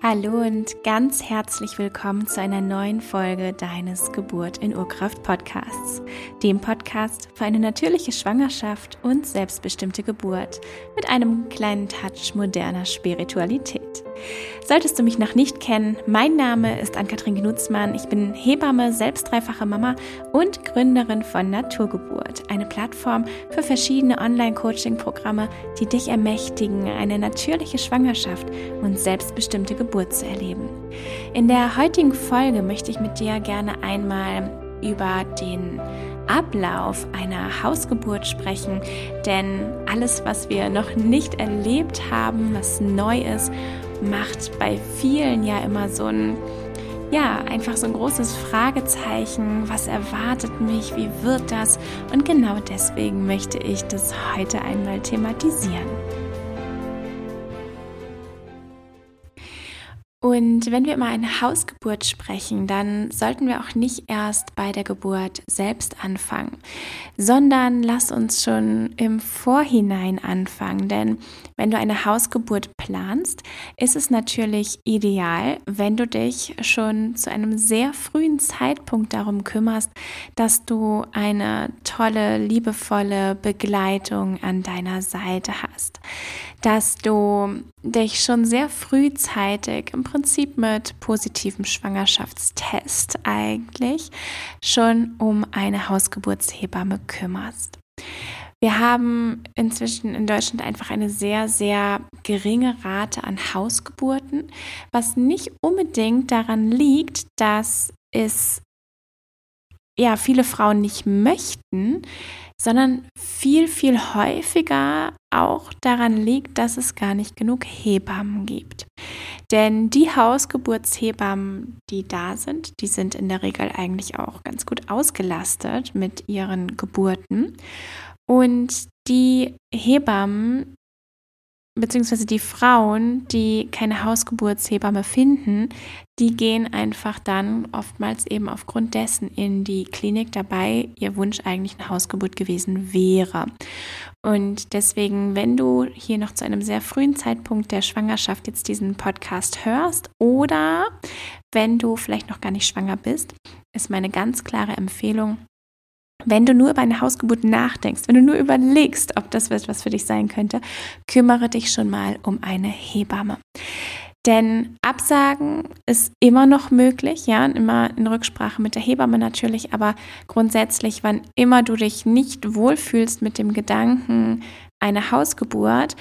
Hallo und ganz herzlich willkommen zu einer neuen Folge deines Geburt in Urkraft Podcasts, dem Podcast für eine natürliche Schwangerschaft und selbstbestimmte Geburt mit einem kleinen Touch moderner Spiritualität. Solltest du mich noch nicht kennen, mein Name ist Ann-Kathrin Gnutzmann, ich bin Hebamme, selbst dreifache Mama und Gründerin von Naturgeburt, eine Plattform für verschiedene Online-Coaching-Programme, die dich ermächtigen, eine natürliche Schwangerschaft und selbstbestimmte Geburt zu erleben. In der heutigen Folge möchte ich mit dir gerne einmal über den Ablauf einer Hausgeburt sprechen, denn alles, was wir noch nicht erlebt haben, was neu ist, macht bei vielen ja immer einfach so ein großes Fragezeichen. Was erwartet mich? Wie wird das? Und genau deswegen möchte ich das heute einmal thematisieren. Und wenn wir über eine Hausgeburt sprechen, dann sollten wir auch nicht erst bei der Geburt selbst anfangen, sondern lass uns schon im Vorhinein anfangen. Denn wenn du eine Hausgeburt planst, ist es natürlich ideal, wenn du dich schon zu einem sehr frühen Zeitpunkt darum kümmerst, dass du eine tolle, liebevolle Begleitung an deiner Seite hast. Dass du dich schon sehr frühzeitig im Prinzip mit positivem Schwangerschaftstest eigentlich schon um eine Hausgeburtshebamme kümmerst. Wir haben inzwischen in Deutschland einfach eine sehr, sehr geringe Rate an Hausgeburten, was nicht unbedingt daran liegt, dass es viele Frauen nicht möchten, sondern viel, viel häufiger auch daran liegt, dass es gar nicht genug Hebammen gibt. Denn die Hausgeburtshebammen, die da sind, die sind in der Regel eigentlich auch ganz gut ausgelastet mit ihren Geburten. Und die Hebammen beziehungsweise die Frauen, die keine Hausgeburtshebamme finden, die gehen einfach dann oftmals eben aufgrund dessen in die Klinik, dabei ihr Wunsch eigentlich eine Hausgeburt gewesen wäre. Und deswegen, wenn du hier noch zu einem sehr frühen Zeitpunkt der Schwangerschaft jetzt diesen Podcast hörst oder wenn du vielleicht noch gar nicht schwanger bist, ist meine ganz klare Empfehlung, wenn du nur über eine Hausgeburt nachdenkst, wenn du nur überlegst, ob das was für dich sein könnte, kümmere dich schon mal um eine Hebamme. Denn Absagen ist immer noch möglich, ja, immer in Rücksprache mit der Hebamme natürlich, aber grundsätzlich, wann immer du dich nicht wohlfühlst mit dem Gedanken, eine Hausgeburt,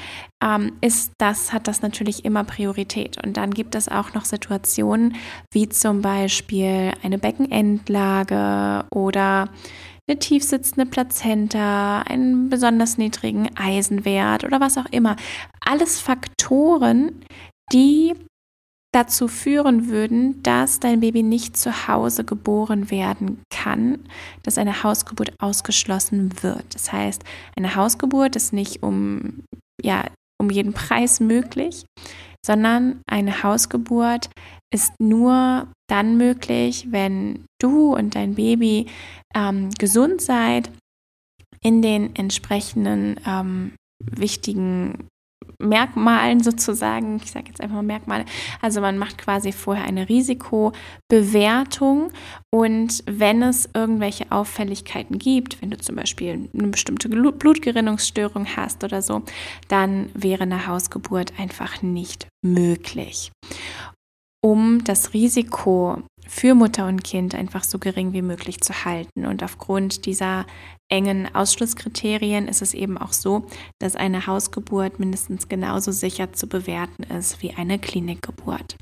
hat das natürlich immer Priorität. Und dann gibt es auch noch Situationen wie zum Beispiel eine Beckenendlage oder eine tiefsitzende Plazenta, einen besonders niedrigen Eisenwert oder was auch immer. Alles Faktoren, die dazu führen würden, dass dein Baby nicht zu Hause geboren werden kann, dass eine Hausgeburt ausgeschlossen wird. Das heißt, eine Hausgeburt ist nicht um jeden Preis möglich, sondern eine Hausgeburt ist nur dann möglich, wenn du und dein Baby gesund seid, in den entsprechenden wichtigen Merkmalen sozusagen, ich sage jetzt einfach mal Merkmale, also man macht quasi vorher eine Risikobewertung und wenn es irgendwelche Auffälligkeiten gibt, wenn du zum Beispiel eine bestimmte Blutgerinnungsstörung hast oder so, dann wäre eine Hausgeburt einfach nicht möglich. Um das Risiko für Mutter und Kind einfach so gering wie möglich zu halten. Und aufgrund dieser engen Ausschlusskriterien ist es eben auch so, dass eine Hausgeburt mindestens genauso sicher zu bewerten ist wie eine Klinikgeburt.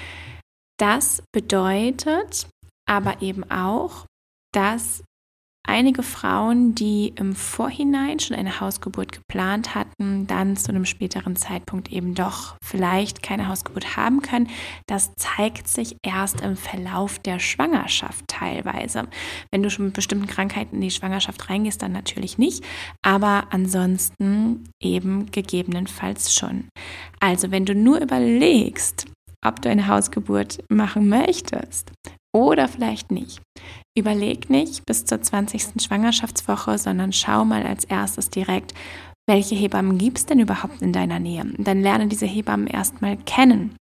Das bedeutet aber eben auch, dass einige Frauen, die im Vorhinein schon eine Hausgeburt geplant hatten, dann zu einem späteren Zeitpunkt eben doch vielleicht keine Hausgeburt haben können. Das zeigt sich erst im Verlauf der Schwangerschaft teilweise. Wenn du schon mit bestimmten Krankheiten in die Schwangerschaft reingehst, dann natürlich nicht, aber ansonsten eben gegebenenfalls schon. Also wenn du nur überlegst, ob du eine Hausgeburt machen möchtest oder vielleicht nicht, überleg nicht bis zur 20. Schwangerschaftswoche, sondern schau mal als erstes direkt, welche Hebammen gibt es denn überhaupt in deiner Nähe? Und dann lerne diese Hebammen erstmal kennen.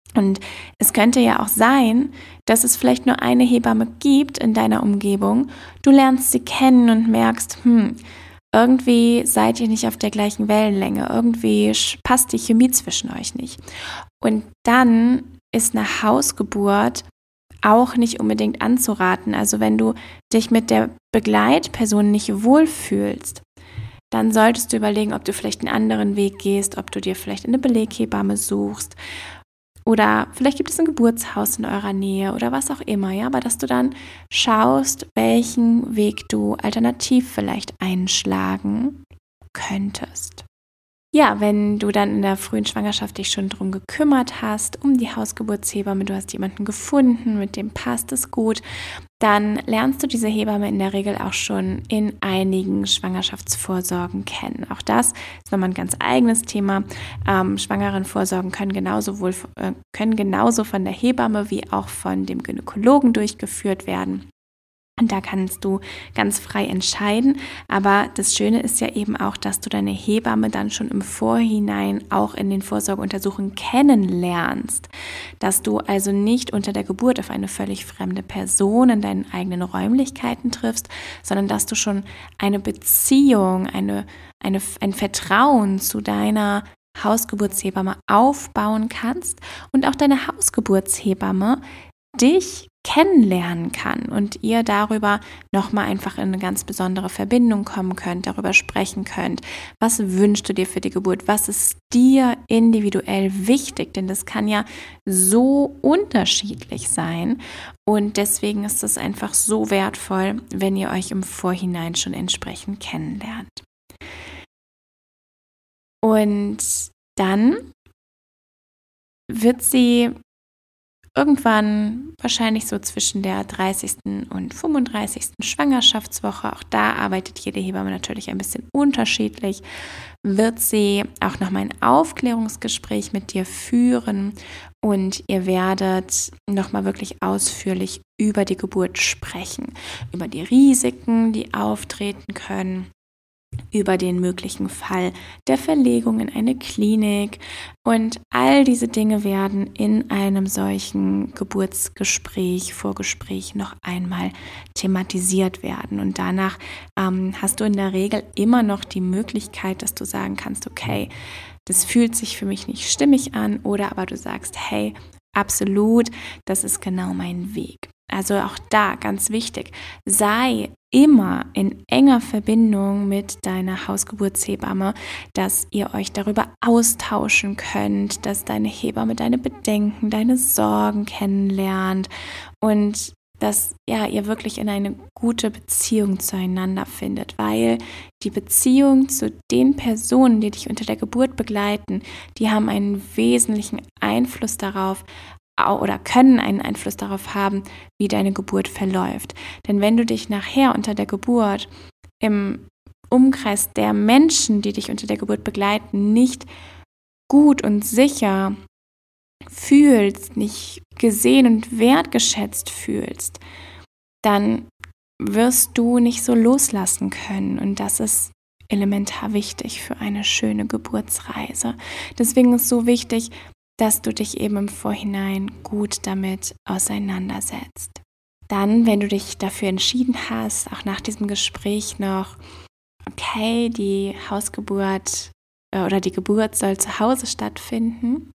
Und es könnte ja auch sein, dass es vielleicht nur eine Hebamme gibt in deiner Umgebung. Du lernst sie kennen und merkst, irgendwie seid ihr nicht auf der gleichen Wellenlänge. Irgendwie passt die Chemie zwischen euch nicht. Und dann ist eine Hausgeburt auch nicht unbedingt anzuraten. Also wenn du dich mit der Begleitperson nicht wohlfühlst, dann solltest du überlegen, ob du vielleicht einen anderen Weg gehst, ob du dir vielleicht eine Beleghebamme suchst. Oder vielleicht gibt es ein Geburtshaus in eurer Nähe oder was auch immer, ja, aber dass du dann schaust, welchen Weg du alternativ vielleicht einschlagen könntest. Ja, wenn du dann in der frühen Schwangerschaft dich schon drum gekümmert hast, um die Hausgeburtshebamme, du hast jemanden gefunden, mit dem passt es gut, dann lernst du diese Hebamme in der Regel auch schon in einigen Schwangerschaftsvorsorgen kennen. Auch das ist nochmal ein ganz eigenes Thema. Schwangerenvorsorgen können genauso von der Hebamme wie auch von dem Gynäkologen durchgeführt werden. Und da kannst du ganz frei entscheiden. Aber das Schöne ist ja eben auch, dass du deine Hebamme dann schon im Vorhinein auch in den Vorsorgeuntersuchungen kennenlernst. Dass du also nicht unter der Geburt auf eine völlig fremde Person in deinen eigenen Räumlichkeiten triffst, sondern dass du schon eine Beziehung, ein Vertrauen zu deiner Hausgeburtshebamme aufbauen kannst und auch deine Hausgeburtshebamme dich kennenlernen kann und ihr darüber nochmal einfach in eine ganz besondere Verbindung kommen könnt, darüber sprechen könnt. Was wünschst du dir für die Geburt? Was ist dir individuell wichtig? Denn das kann ja so unterschiedlich sein und deswegen ist es einfach so wertvoll, wenn ihr euch im Vorhinein schon entsprechend kennenlernt. Und dann wird sie irgendwann, wahrscheinlich so zwischen der 30. und 35. Schwangerschaftswoche, auch da arbeitet jede Hebamme natürlich ein bisschen unterschiedlich, wird sie auch nochmal ein Aufklärungsgespräch mit dir führen und ihr werdet nochmal wirklich ausführlich über die Geburt sprechen, über die Risiken, die auftreten können, über den möglichen Fall der Verlegung in eine Klinik und all diese Dinge werden in einem solchen Vorgespräch noch einmal thematisiert werden und danach hast du in der Regel immer noch die Möglichkeit, dass du sagen kannst, okay, das fühlt sich für mich nicht stimmig an oder aber du sagst, hey, absolut, das ist genau mein Weg. Also auch da ganz wichtig, sei immer in enger Verbindung mit deiner Hausgeburtshebamme, dass ihr euch darüber austauschen könnt, dass deine Hebamme deine Bedenken, deine Sorgen kennenlernt und dass ihr wirklich in eine gute Beziehung zueinander findet, weil die Beziehung zu den Personen, die dich unter der Geburt begleiten, die haben einen wesentlichen Einfluss darauf, oder können einen Einfluss darauf haben, wie deine Geburt verläuft. Denn wenn du dich nachher unter der Geburt im Umkreis der Menschen, die dich unter der Geburt begleiten, nicht gut und sicher fühlst, nicht gesehen und wertgeschätzt fühlst, dann wirst du nicht so loslassen können. Und das ist elementar wichtig für eine schöne Geburtsreise. Deswegen ist es so wichtig, dass du dich eben im Vorhinein gut damit auseinandersetzt. Dann, wenn du dich dafür entschieden hast, auch nach diesem Gespräch noch, okay, die Hausgeburt oder die Geburt soll zu Hause stattfinden,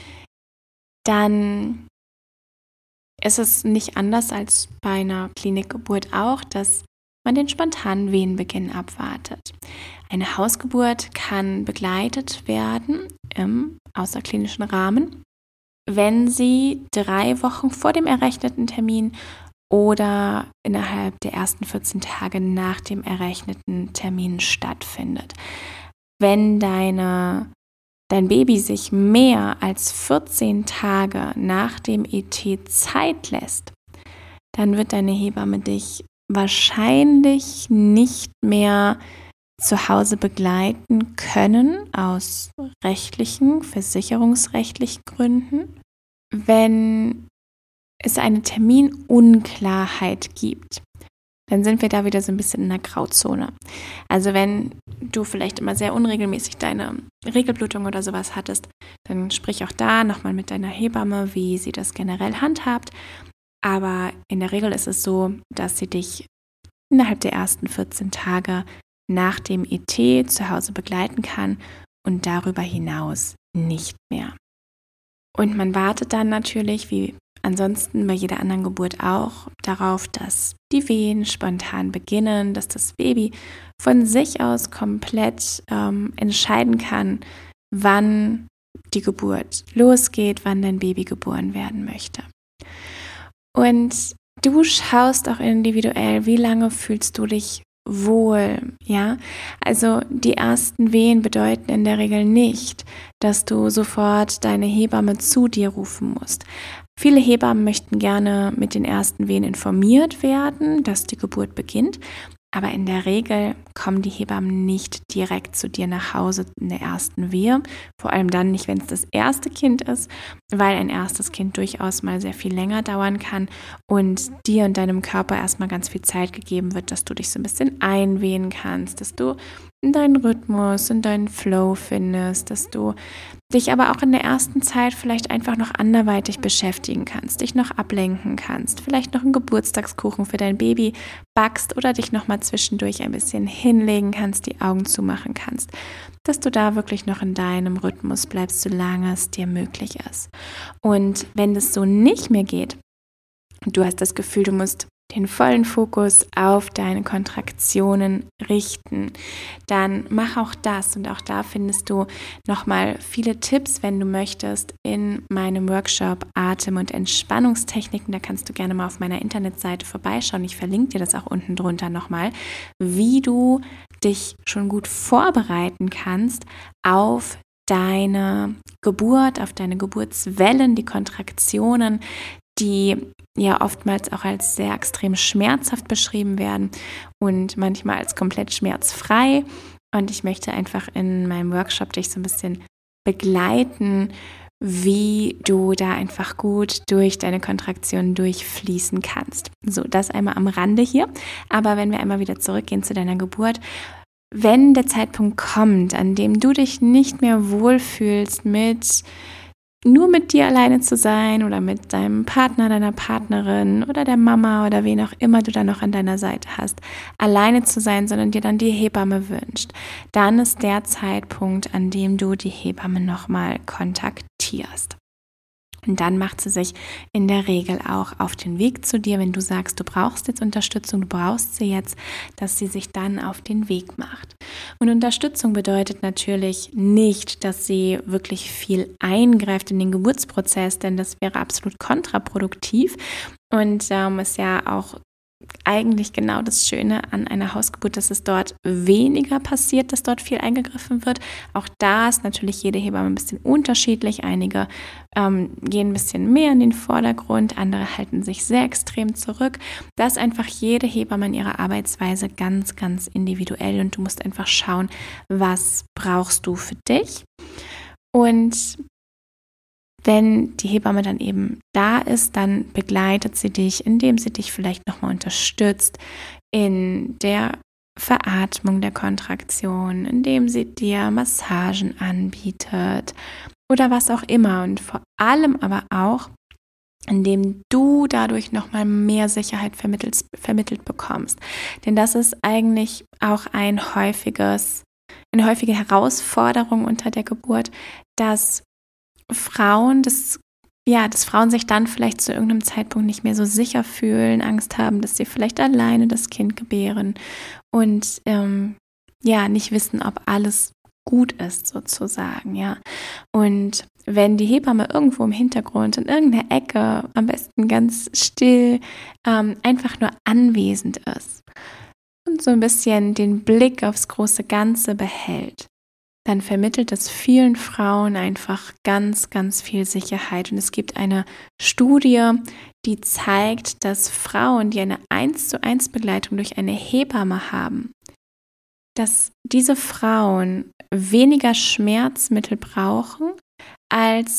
dann ist es nicht anders als bei einer Klinikgeburt auch, dass man den spontanen Wehenbeginn abwartet. Eine Hausgeburt kann begleitet werden im außerklinischen Rahmen, wenn sie 3 Wochen vor dem errechneten Termin oder innerhalb der ersten 14 Tage nach dem errechneten Termin stattfindet. Wenn dein Baby sich mehr als 14 Tage nach dem ET Zeit lässt, dann wird deine Hebamme dich wahrscheinlich nicht mehr zu Hause begleiten können aus versicherungsrechtlichen Gründen, wenn es eine Terminunklarheit gibt. dann sind wir da wieder so ein bisschen in der Grauzone. Also wenn du vielleicht immer sehr unregelmäßig deine Regelblutung oder sowas hattest, dann sprich auch da nochmal mit deiner Hebamme, wie sie das generell handhabt. Aber in der Regel ist es so, dass sie dich innerhalb der ersten 14 Tage nach dem ET zu Hause begleiten kann und darüber hinaus nicht mehr. Und man wartet dann natürlich, wie ansonsten bei jeder anderen Geburt auch, darauf, dass die Wehen spontan beginnen, dass das Baby von sich aus komplett entscheiden kann, wann die Geburt losgeht, wann dein Baby geboren werden möchte. Und du schaust auch individuell, wie lange fühlst du dich wohl, ja? Also die ersten Wehen bedeuten in der Regel nicht, dass du sofort deine Hebamme zu dir rufen musst. Viele Hebammen möchten gerne mit den ersten Wehen informiert werden, dass die Geburt beginnt. Aber in der Regel kommen die Hebammen nicht direkt zu dir nach Hause in der ersten Wehe. Vor allem dann nicht, wenn es das erste Kind ist, weil ein erstes Kind durchaus mal sehr viel länger dauern kann und dir und deinem Körper erstmal ganz viel Zeit gegeben wird, dass du dich so ein bisschen einwehen kannst, dass du in deinen Rhythmus, in deinen Flow findest, dass du dich aber auch in der ersten Zeit vielleicht einfach noch anderweitig beschäftigen kannst, dich noch ablenken kannst, vielleicht noch einen Geburtstagskuchen für dein Baby backst oder dich noch mal zwischendurch ein bisschen hinlegen kannst, die Augen zumachen kannst, dass du da wirklich noch in deinem Rhythmus bleibst, solange es dir möglich ist. Und wenn das so nicht mehr geht, du hast das Gefühl, du musst den vollen Fokus auf deine Kontraktionen richten, dann mach auch das. Und auch da findest du nochmal viele Tipps, wenn du möchtest, in meinem Workshop Atem- und Entspannungstechniken. Da kannst du gerne mal auf meiner Internetseite vorbeischauen. Ich verlinke dir das auch unten drunter nochmal, wie du dich schon gut vorbereiten kannst auf deine Geburt, auf deine Geburtswellen, die Kontraktionen, die ja oftmals auch als sehr extrem schmerzhaft beschrieben werden und manchmal als komplett schmerzfrei. Und ich möchte einfach in meinem Workshop dich so ein bisschen begleiten, wie du da einfach gut durch deine Kontraktionen durchfließen kannst. So, das einmal am Rande hier. Aber wenn wir einmal wieder zurückgehen zu deiner Geburt, wenn der Zeitpunkt kommt, an dem du dich nicht mehr wohlfühlst nur mit dir alleine zu sein oder mit deinem Partner, deiner Partnerin oder der Mama oder wen auch immer du da noch an deiner Seite hast, alleine zu sein, sondern dir dann die Hebamme wünscht, dann ist der Zeitpunkt, an dem du die Hebamme nochmal kontaktierst. Und dann macht sie sich in der Regel auch auf den Weg zu dir, wenn du sagst, du brauchst jetzt Unterstützung, du brauchst sie jetzt, dass sie sich dann auf den Weg macht. Und Unterstützung bedeutet natürlich nicht, dass sie wirklich viel eingreift in den Geburtsprozess, denn das wäre absolut kontraproduktiv und ist ja auch eigentlich genau das Schöne an einer Hausgeburt, dass es dort weniger passiert, dass dort viel eingegriffen wird. Auch da ist natürlich jede Hebamme ein bisschen unterschiedlich. Einige gehen ein bisschen mehr in den Vordergrund, andere halten sich sehr extrem zurück. Da ist einfach jede Hebamme in ihrer Arbeitsweise ganz, ganz individuell und du musst einfach schauen, was brauchst du für dich. Und wenn die Hebamme dann eben da ist, dann begleitet sie dich, indem sie dich vielleicht nochmal unterstützt in der Veratmung der Kontraktion, indem sie dir Massagen anbietet oder was auch immer. Und vor allem aber auch, indem du dadurch nochmal mehr Sicherheit vermittelt bekommst. Denn das ist eigentlich auch eine häufige Herausforderung unter der Geburt, dass Frauen sich dann vielleicht zu irgendeinem Zeitpunkt nicht mehr so sicher fühlen, Angst haben, dass sie vielleicht alleine das Kind gebären und nicht wissen, ob alles gut ist sozusagen, ja. Und wenn die Hebamme irgendwo im Hintergrund in irgendeiner Ecke, am besten ganz still, einfach nur anwesend ist und so ein bisschen den Blick aufs große Ganze behält, dann vermittelt es vielen Frauen einfach ganz, ganz viel Sicherheit. Und es gibt eine Studie, die zeigt, dass Frauen, die eine 1:1 Begleitung durch eine Hebamme haben, dass diese Frauen weniger Schmerzmittel brauchen als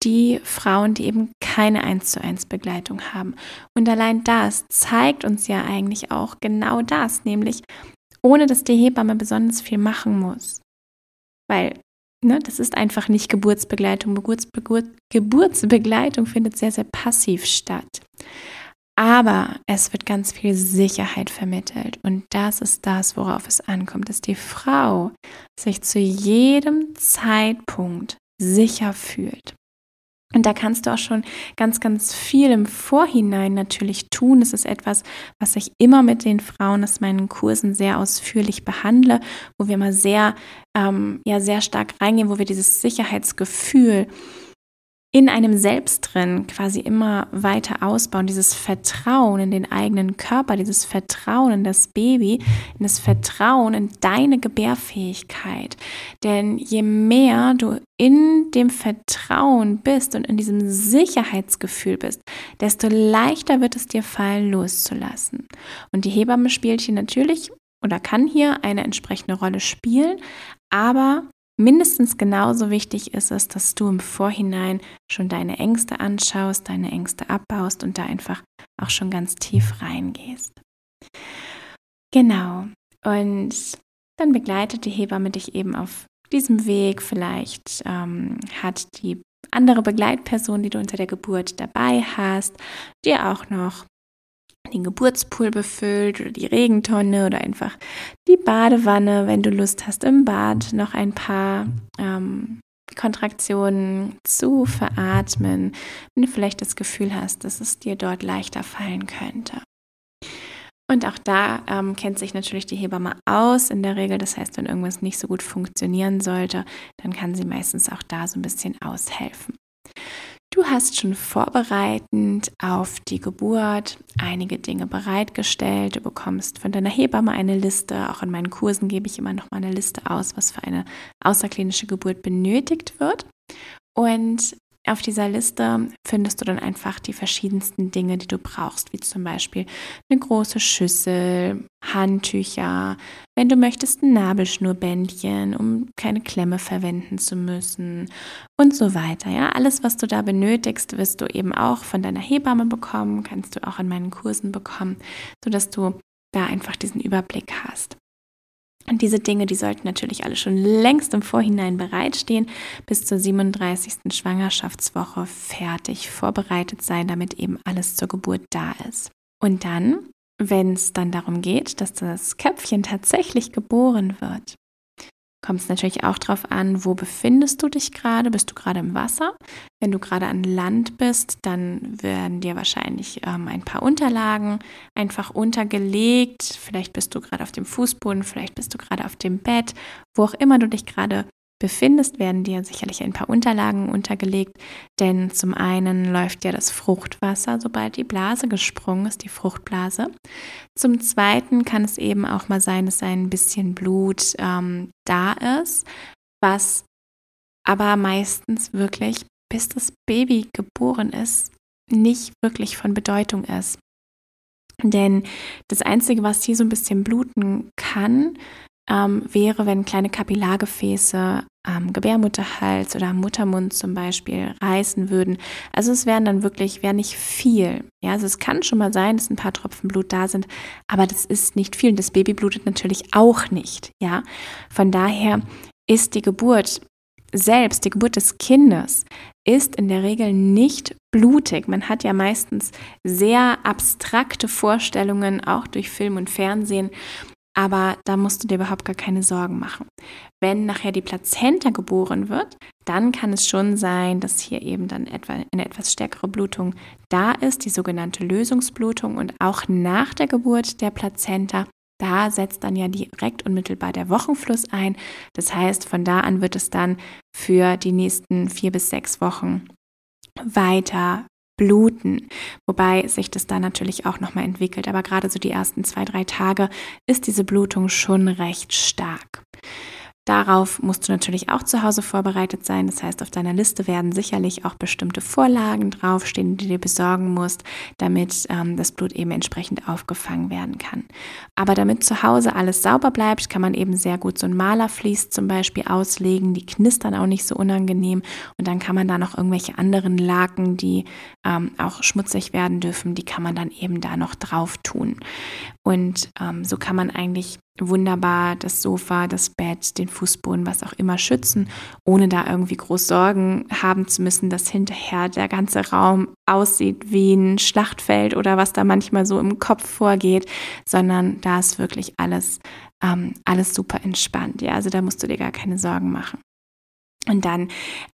die Frauen, die eben keine 1:1 Begleitung haben. Und allein das zeigt uns ja eigentlich auch genau das, nämlich ohne dass die Hebamme besonders viel machen muss. Weil das ist einfach nicht Geburtsbegleitung. Geburtsbegleitung findet sehr, sehr passiv statt. Aber es wird ganz viel Sicherheit vermittelt. Und das ist das, worauf es ankommt, dass die Frau sich zu jedem Zeitpunkt sicher fühlt. Und da kannst du auch schon ganz, ganz viel im Vorhinein natürlich tun. Das ist etwas, was ich immer mit den Frauen aus meinen Kursen sehr ausführlich behandle, wo wir immer sehr stark reingehen, wo wir dieses Sicherheitsgefühl in einem selbst drin quasi immer weiter ausbauen, dieses Vertrauen in den eigenen Körper, dieses Vertrauen in das Baby, in das Vertrauen in deine Gebärfähigkeit. Denn je mehr du in dem Vertrauen bist und in diesem Sicherheitsgefühl bist, desto leichter wird es dir fallen, loszulassen. Und die Hebamme spielt hier natürlich oder kann hier eine entsprechende Rolle spielen, aber mindestens genauso wichtig ist es, dass du im Vorhinein schon deine Ängste anschaust, deine Ängste abbaust und da einfach auch schon ganz tief reingehst. Genau. Und dann begleitet die Hebamme dich eben auf diesem Weg. Vielleicht hat die andere Begleitperson, die du unter der Geburt dabei hast, dir auch noch den Geburtspool befüllt oder die Regentonne oder einfach die Badewanne, wenn du Lust hast, im Bad noch ein paar Kontraktionen zu veratmen, wenn du vielleicht das Gefühl hast, dass es dir dort leichter fallen könnte. Und auch da kennt sich natürlich die Hebamme aus in der Regel. Das heißt, wenn irgendwas nicht so gut funktionieren sollte, dann kann sie meistens auch da so ein bisschen aushelfen. Du hast schon vorbereitend auf die Geburt einige Dinge bereitgestellt. Du bekommst von deiner Hebamme eine Liste. Auch in meinen Kursen gebe ich immer noch mal eine Liste aus, was für eine außerklinische Geburt benötigt wird. Und auf dieser Liste findest du dann einfach die verschiedensten Dinge, die du brauchst, wie zum Beispiel eine große Schüssel, Handtücher, wenn du möchtest ein Nabelschnurbändchen, um keine Klemme verwenden zu müssen und so weiter. Ja, alles, was du da benötigst, wirst du eben auch von deiner Hebamme bekommen, kannst du auch in meinen Kursen bekommen, sodass du da einfach diesen Überblick hast. Und diese Dinge, die sollten natürlich alle schon längst im Vorhinein bereitstehen, bis zur 37. Schwangerschaftswoche fertig vorbereitet sein, damit eben alles zur Geburt da ist. Und dann, wenn es dann darum geht, dass das Köpfchen tatsächlich geboren wird, kommt es natürlich auch darauf an, wo befindest du dich gerade? Bist du gerade im Wasser? Wenn du gerade an Land bist, dann werden dir wahrscheinlich ein paar Unterlagen einfach untergelegt. Vielleicht bist du gerade auf dem Fußboden, vielleicht bist du gerade auf dem Bett. Wo auch immer du dich gerade befindest, werden dir sicherlich ein paar Unterlagen untergelegt. Denn zum einen läuft ja das Fruchtwasser, sobald die Blase gesprungen ist, die Fruchtblase. Zum Zweiten kann es eben auch mal sein, dass ein bisschen Blut da ist, was aber meistens wirklich, bis das Baby geboren ist, nicht wirklich von Bedeutung ist. Denn das Einzige, was hier so ein bisschen bluten kann, wäre, wenn kleine Kapillargefäße am Gebärmutterhals oder am Muttermund zum Beispiel reißen würden. Also es wäre nicht viel. Ja, also es kann schon mal sein, dass ein paar Tropfen Blut da sind, aber das ist nicht viel. Und das Baby blutet natürlich auch nicht. Ja, von daher ist die Geburt selbst, die Geburt des Kindes, ist in der Regel nicht blutig. Man hat ja meistens sehr abstrakte Vorstellungen, auch durch Film und Fernsehen. Aber da musst du dir überhaupt gar keine Sorgen machen. Wenn nachher die Plazenta geboren wird, dann kann es schon sein, dass hier eben dann eine etwas stärkere Blutung da ist, die sogenannte Lösungsblutung. Und auch nach der Geburt der Plazenta, da setzt dann ja direkt unmittelbar der Wochenfluss ein. Das heißt, von da an wird es dann für die nächsten 4 bis 6 Wochen weiter bluten, wobei sich das dann natürlich auch nochmal entwickelt. Aber gerade so die ersten 2, 3 Tage ist diese Blutung schon recht stark. Darauf musst du natürlich auch zu Hause vorbereitet sein. Das heißt, auf deiner Liste werden sicherlich auch bestimmte Vorlagen draufstehen, die du dir besorgen musst, damit das Blut eben entsprechend aufgefangen werden kann. Aber damit zu Hause alles sauber bleibt, kann man eben sehr gut so ein Malervlies zum Beispiel auslegen. Die knistern auch nicht so unangenehm. Und dann kann man da noch irgendwelche anderen Laken, die auch schmutzig werden dürfen, die kann man dann eben da noch drauf tun. Und so kann man eigentlich wunderbar das Sofa, das Bett, den Fußboden, was auch immer schützen, ohne da irgendwie groß Sorgen haben zu müssen, dass hinterher der ganze Raum aussieht wie ein Schlachtfeld oder was da manchmal so im Kopf vorgeht, sondern da ist wirklich alles super entspannt. Ja, also da musst du dir gar keine Sorgen machen. Und dann,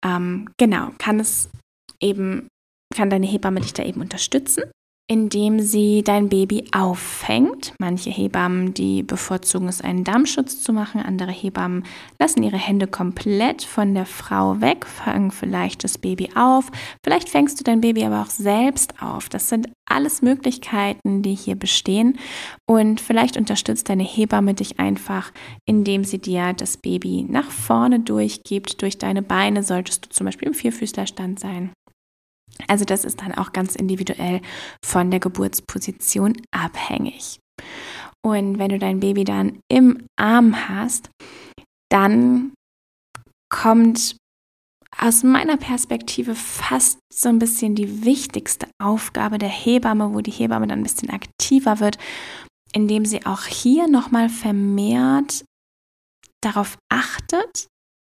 kann deine Hebamme dich da eben unterstützen, indem sie dein Baby auffängt. Manche Hebammen, die bevorzugen es, einen Dammschutz zu machen. Andere Hebammen lassen ihre Hände komplett von der Frau weg, fangen vielleicht das Baby auf. Vielleicht fängst du dein Baby aber auch selbst auf. Das sind alles Möglichkeiten, die hier bestehen. Und vielleicht unterstützt deine Hebamme dich einfach, indem sie dir das Baby nach vorne durchgibt. Durch deine Beine solltest du zum Beispiel im Vierfüßlerstand sein. Also das ist dann auch ganz individuell von der Geburtsposition abhängig. Und wenn du dein Baby dann im Arm hast, dann kommt aus meiner Perspektive fast so ein bisschen die wichtigste Aufgabe der Hebamme, wo die Hebamme dann ein bisschen aktiver wird, indem sie auch hier nochmal vermehrt darauf achtet,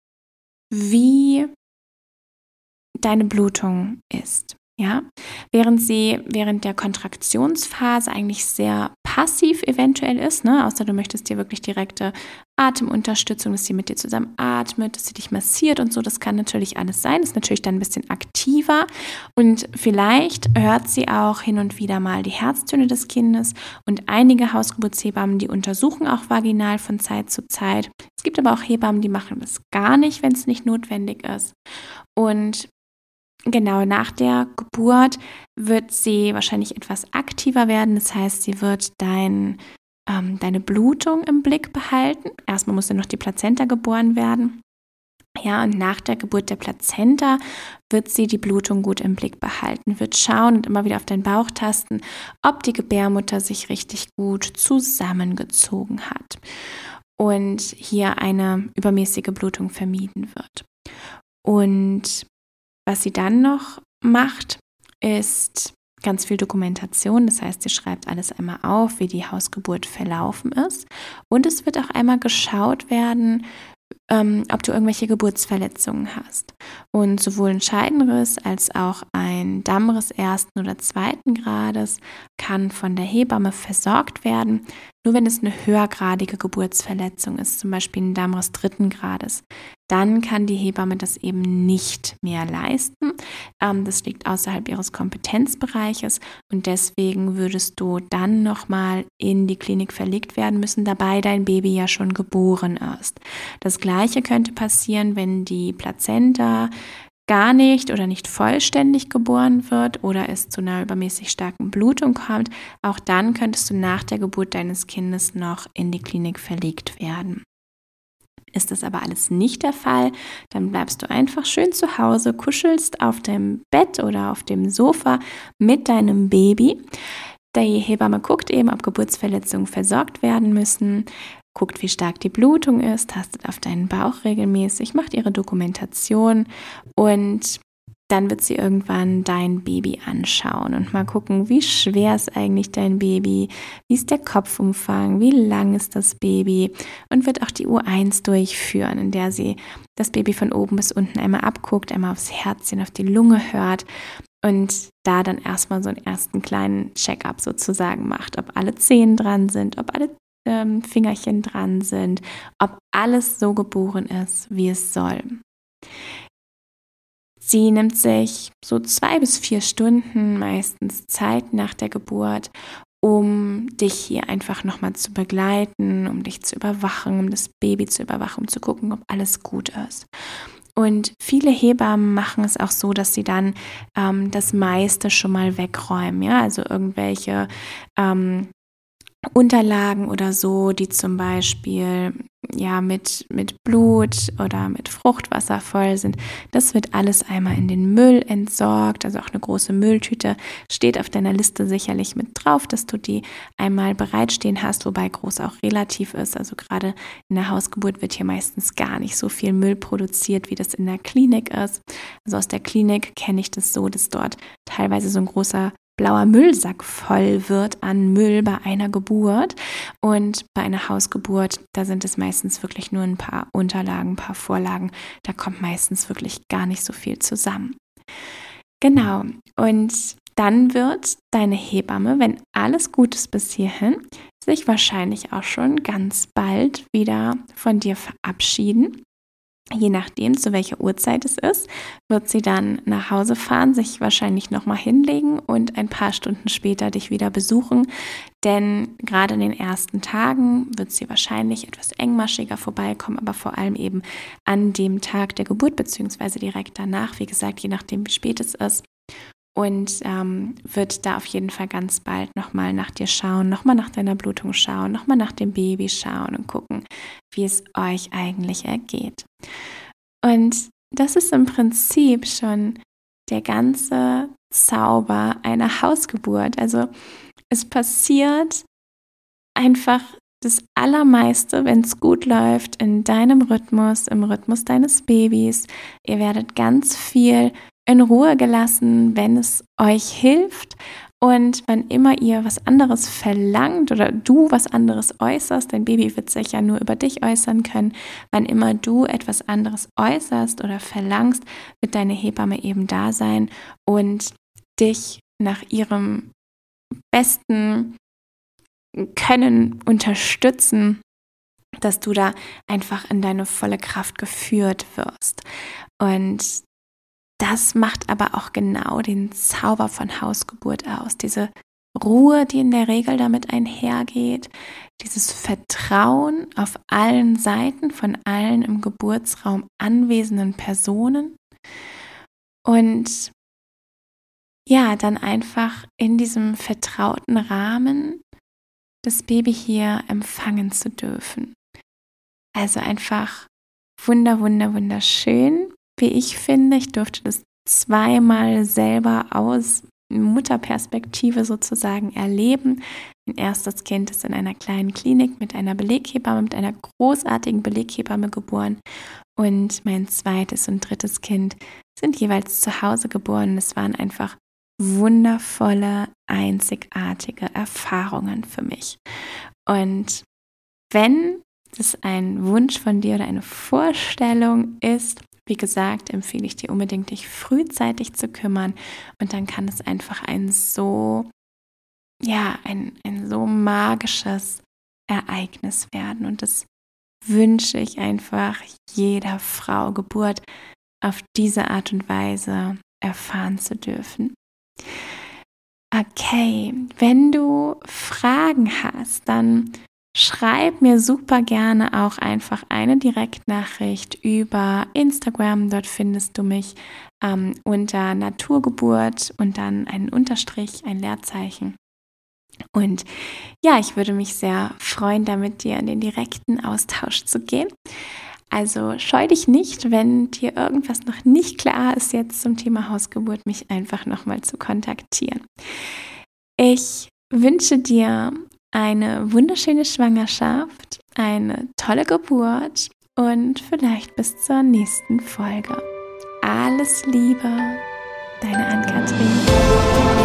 wie deine Blutung ist. Ja, während der Kontraktionsphase eigentlich sehr passiv eventuell ist, ne? Außer du möchtest dir wirklich direkte Atemunterstützung, dass sie mit dir zusammen atmet, dass sie dich massiert und so, das kann natürlich alles sein, ist natürlich dann ein bisschen aktiver und vielleicht hört sie auch hin und wieder mal die Herztöne des Kindes und einige Hausgeburtshebammen, die untersuchen auch vaginal von Zeit zu Zeit. Es gibt aber auch Hebammen, die machen das gar nicht, wenn es nicht notwendig ist. Und genau, nach der Geburt wird sie wahrscheinlich etwas aktiver werden. Das heißt, sie wird deine Blutung im Blick behalten. Erstmal muss ja noch die Plazenta geboren werden. Ja, und nach der Geburt der Plazenta wird sie die Blutung gut im Blick behalten, wird schauen und immer wieder auf deinen Bauch tasten, ob die Gebärmutter sich richtig gut zusammengezogen hat und hier eine übermäßige Blutung vermieden wird. Und was sie dann noch macht, ist ganz viel Dokumentation. Das heißt, sie schreibt alles einmal auf, wie die Hausgeburt verlaufen ist. Und es wird auch einmal geschaut werden, ob du irgendwelche Geburtsverletzungen hast. Und sowohl ein Scheidenriss als auch ein Dammriss ersten oder zweiten Grades kann von der Hebamme versorgt werden. Nur wenn es eine höhergradige Geburtsverletzung ist, zum Beispiel ein Dammriss dritten Grades, dann kann die Hebamme das eben nicht mehr leisten. Das liegt außerhalb ihres Kompetenzbereiches und deswegen würdest du dann nochmal in die Klinik verlegt werden müssen, dabei dein Baby ja schon geboren ist. Das Gleiche könnte passieren, wenn die Plazenta gar nicht oder nicht vollständig geboren wird oder es zu einer übermäßig starken Blutung kommt. Auch dann könntest du nach der Geburt deines Kindes noch in die Klinik verlegt werden. Ist das aber alles nicht der Fall, dann bleibst du einfach schön zu Hause, kuschelst auf dem Bett oder auf dem Sofa mit deinem Baby. Die Hebamme guckt eben, ob Geburtsverletzungen versorgt werden müssen, guckt, wie stark die Blutung ist, tastet auf deinen Bauch regelmäßig, macht ihre Dokumentation und dann wird sie irgendwann dein Baby anschauen und mal gucken, wie schwer ist eigentlich dein Baby, wie ist der Kopfumfang, wie lang ist das Baby und wird auch die U1 durchführen, in der sie das Baby von oben bis unten einmal abguckt, einmal aufs Herzchen, auf die Lunge hört und da dann erstmal so einen ersten kleinen Check-up sozusagen macht, ob alle Zehen dran sind, ob alle Fingerchen dran sind, ob alles so geboren ist, wie es soll. Sie nimmt sich so 2 bis 4 Stunden meistens Zeit nach der Geburt, um dich hier einfach nochmal zu begleiten, um dich zu überwachen, um das Baby zu überwachen, um zu gucken, ob alles gut ist. Und viele Hebammen machen es auch so, dass sie dann das meiste schon mal wegräumen, ja, also irgendwelche Unterlagen oder so, die zum Beispiel mit Blut oder mit Fruchtwasser voll sind, das wird alles einmal in den Müll entsorgt. Also auch eine große Mülltüte steht auf deiner Liste sicherlich mit drauf, dass du die einmal bereitstehen hast, wobei groß auch relativ ist. Also gerade in der Hausgeburt wird hier meistens gar nicht so viel Müll produziert, wie das in der Klinik ist. Also aus der Klinik kenne ich das so, dass dort teilweise so ein großer blauer Müllsack voll wird an Müll bei einer Geburt. Und bei einer Hausgeburt, da sind es meistens wirklich nur ein paar Unterlagen, ein paar Vorlagen. Da kommt meistens wirklich gar nicht so viel zusammen. Genau. Und dann wird deine Hebamme, wenn alles gut ist bis hierhin, sich wahrscheinlich auch schon ganz bald wieder von dir verabschieden. Je nachdem, zu welcher Uhrzeit es ist, wird sie dann nach Hause fahren, sich wahrscheinlich nochmal hinlegen und ein paar Stunden später dich wieder besuchen. Denn gerade in den ersten Tagen wird sie wahrscheinlich etwas engmaschiger vorbeikommen, aber vor allem eben an dem Tag der Geburt beziehungsweise direkt danach, wie gesagt, je nachdem, wie spät es ist. Und wird da auf jeden Fall ganz bald nochmal nach dir schauen, nochmal nach deiner Blutung schauen, nochmal nach dem Baby schauen und gucken, wie es euch eigentlich ergeht. Und das ist im Prinzip schon der ganze Zauber einer Hausgeburt. Also es passiert einfach das Allermeiste, wenn es gut läuft, in deinem Rhythmus, im Rhythmus deines Babys. Ihr werdet ganz viel in Ruhe gelassen, wenn es euch hilft. Und wann immer ihr was anderes verlangt oder du was anderes äußerst, dein Baby wird sich ja nur über dich äußern können, wann immer du etwas anderes äußerst oder verlangst, wird deine Hebamme eben da sein und dich nach ihrem besten Können unterstützen, dass du da einfach in deine volle Kraft geführt wirst. Und das macht aber auch genau den Zauber von Hausgeburt aus. Diese Ruhe, die in der Regel damit einhergeht, dieses Vertrauen auf allen Seiten von allen im Geburtsraum anwesenden Personen und ja, dann einfach in diesem vertrauten Rahmen das Baby hier empfangen zu dürfen. Also einfach wunderschön, wie ich finde. Ich durfte das zweimal selber aus Mutterperspektive sozusagen erleben. Mein erstes Kind ist in einer kleinen Klinik mit einer Beleghebamme, mit einer großartigen Beleghebamme geboren. Und mein zweites und drittes Kind sind jeweils zu Hause geboren. Es waren einfach wundervolle, einzigartige Erfahrungen für mich. Und wenn das ein Wunsch von dir oder eine Vorstellung ist, wie gesagt, empfehle ich dir unbedingt, dich frühzeitig zu kümmern und dann kann es einfach ein so magisches Ereignis werden und das wünsche ich einfach jeder Frau, Geburt auf diese Art und Weise erfahren zu dürfen. Okay, wenn du Fragen hast, dann schreib mir super gerne auch einfach eine Direktnachricht über Instagram. Dort findest du mich unter Naturgeburt und dann einen Unterstrich, ein Leerzeichen. Und ja, ich würde mich sehr freuen, da mit dir in den direkten Austausch zu gehen. Also scheu dich nicht, wenn dir irgendwas noch nicht klar ist jetzt zum Thema Hausgeburt, mich einfach nochmal zu kontaktieren. Ich wünsche dir eine wunderschöne Schwangerschaft, eine tolle Geburt und vielleicht bis zur nächsten Folge. Alles Liebe, deine Ann-Kathrin.